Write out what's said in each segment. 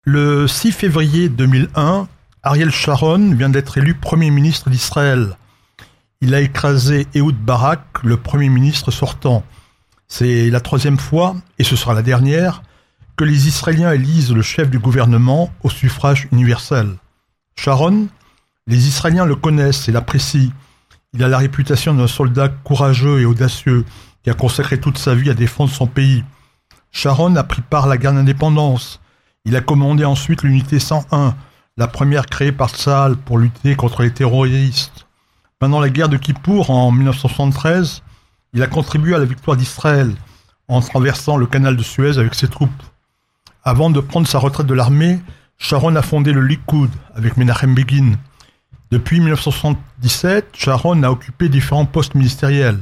Le 6 février 2001, Ariel Sharon vient d'être élu Premier ministre d'Israël. Il a écrasé Ehud Barak, le Premier ministre sortant. C'est la troisième fois, et ce sera la dernière, que les Israéliens élisent le chef du gouvernement au suffrage universel. Sharon, les Israéliens le connaissent et l'apprécient. Il a la réputation d'un soldat courageux et audacieux qui a consacré toute sa vie à défendre son pays. Sharon a pris part à la guerre d'indépendance. Il a commandé ensuite l'unité 101, la première créée par Tsahal pour lutter contre les terroristes. Pendant la guerre de Kippour en 1973, il a contribué à la victoire d'Israël en traversant le canal de Suez avec ses troupes. Avant de prendre sa retraite de l'armée, Sharon a fondé le Likoud avec Menachem Begin. Depuis 1977, Sharon a occupé différents postes ministériels.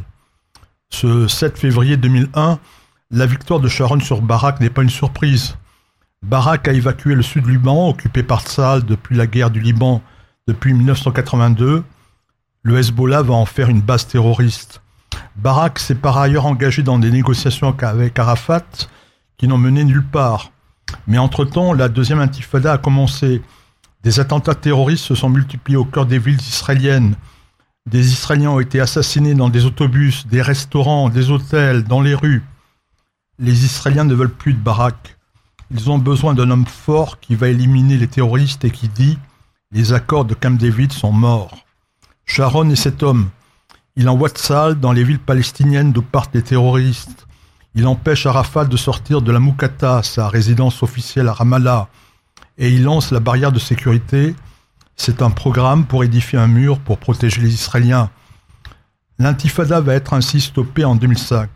Ce 7 février 2001, la victoire de Sharon sur Barak n'est pas une surprise. Barak a évacué le sud du Liban, occupé par Tsahal depuis la guerre du Liban depuis 1982. Le Hezbollah va en faire une base terroriste. Barak s'est par ailleurs engagé dans des négociations avec Arafat qui n'ont mené nulle part. Mais entre-temps, la deuxième intifada a commencé. Des attentats terroristes se sont multipliés au cœur des villes israéliennes. Des Israéliens ont été assassinés dans des autobus, des restaurants, des hôtels, dans les rues. Les Israéliens ne veulent plus de Barak. Ils ont besoin d'un homme fort qui va éliminer les terroristes et qui dit « Les accords de Camp David sont morts ». Sharon est cet homme. Il envoie Tsahal dans les villes palestiniennes d'où partent les terroristes. Il empêche Arafat de sortir de la Moukata, sa résidence officielle à Ramallah. Et il lance la barrière de sécurité. C'est un programme pour édifier un mur pour protéger les Israéliens. L'intifada va être ainsi stoppée en 2005.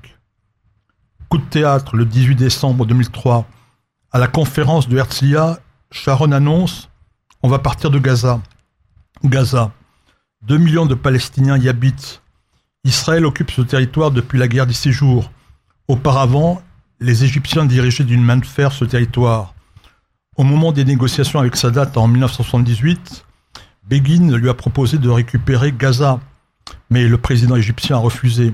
Coup de théâtre le 18 décembre 2003. À la conférence de Herzliya, Sharon annonce « On va partir de Gaza ». Gaza. 2 millions de Palestiniens y habitent. Israël occupe ce territoire depuis la guerre des 6 jours. Auparavant, les Égyptiens dirigeaient d'une main de fer ce territoire. Au moment des négociations avec Sadat en 1978, Begin lui a proposé de récupérer Gaza, mais le président égyptien a refusé.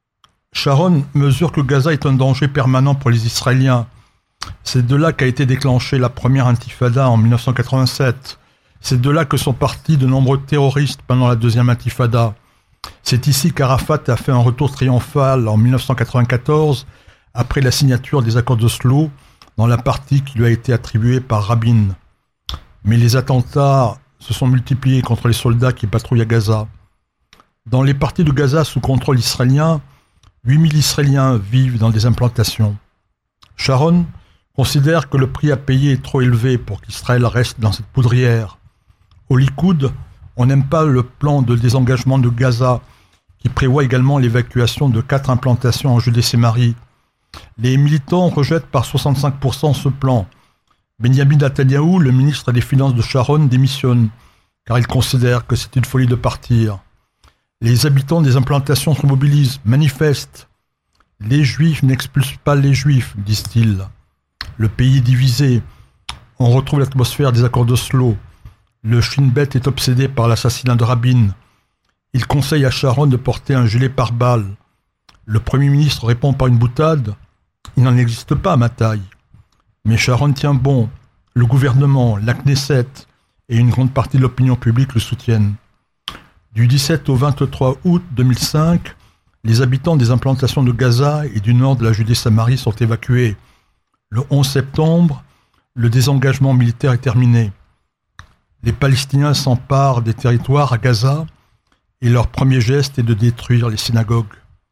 Sharon mesure que Gaza est un danger permanent pour les Israéliens. C'est de là qu'a été déclenchée la première intifada en 1987. C'est de là que sont partis de nombreux terroristes pendant la deuxième intifada. C'est ici qu'Arafat a fait un retour triomphal en 1994, après la signature des accords d'Oslo, dans la partie qui lui a été attribuée par Rabin. Mais les attentats se sont multipliés contre les soldats qui patrouillent à Gaza. Dans les parties de Gaza sous contrôle israélien, 8000 Israéliens vivent dans des implantations. Sharon considère que le prix à payer est trop élevé pour qu'Israël reste dans cette poudrière. Au Likoud, on n'aime pas le plan de désengagement de Gaza, qui prévoit également l'évacuation de 4 implantations en Judée-Samarie. Les militants rejettent par 65% ce plan. Benyamin Netanyahou, le ministre des Finances de Sharon, démissionne, car il considère que c'est une folie de partir. Les habitants des implantations se mobilisent, manifestent. Les Juifs n'expulsent pas les Juifs, disent-ils. Le pays est divisé. On retrouve l'atmosphère des accords d'Oslo. Le Shin Bet est obsédé par l'assassinat de Rabin. Il conseille à Sharon de porter un gilet pare-balles. Le Premier ministre répond par une boutade. Il n'en existe pas à ma taille. Mais Sharon tient bon. Le gouvernement, la Knesset et une grande partie de l'opinion publique le soutiennent. Du 17 au 23 août 2005, les habitants des implantations de Gaza et du nord de la Judée-Samarie sont évacués. Le 11 septembre, le désengagement militaire est terminé. Les Palestiniens s'emparent des territoires à Gaza et leur premier geste est de détruire les synagogues.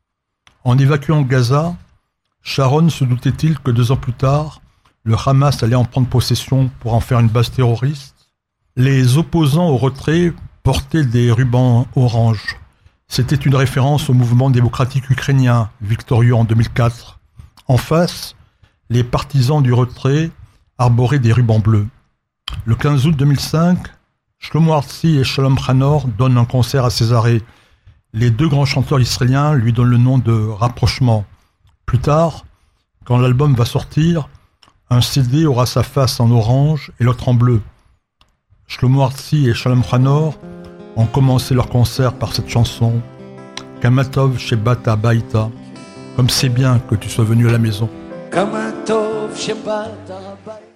En évacuant Gaza, Sharon se doutait-il que 2 ans plus tard, le Hamas allait en prendre possession pour en faire une base terroriste? Les opposants au retrait portaient des rubans orange. C'était une référence au mouvement démocratique ukrainien, victorieux en 2004. En face, les partisans du retrait arboraient des rubans bleus. Le 15 août 2005, Shlomo Artzi et Shalom Chanor donnent un concert à Césarée. Les 2 grands chanteurs israéliens lui donnent le nom de Rapprochement. Plus tard, quand l'album va sortir, un CD aura sa face en orange et l'autre en bleu. Shlomo Artzi et Shalom Chanor ont commencé leur concert par cette chanson « Kamatov Shebata Baïta » comme c'est bien que tu sois venu à la maison. Kamatov Shebata Baïta.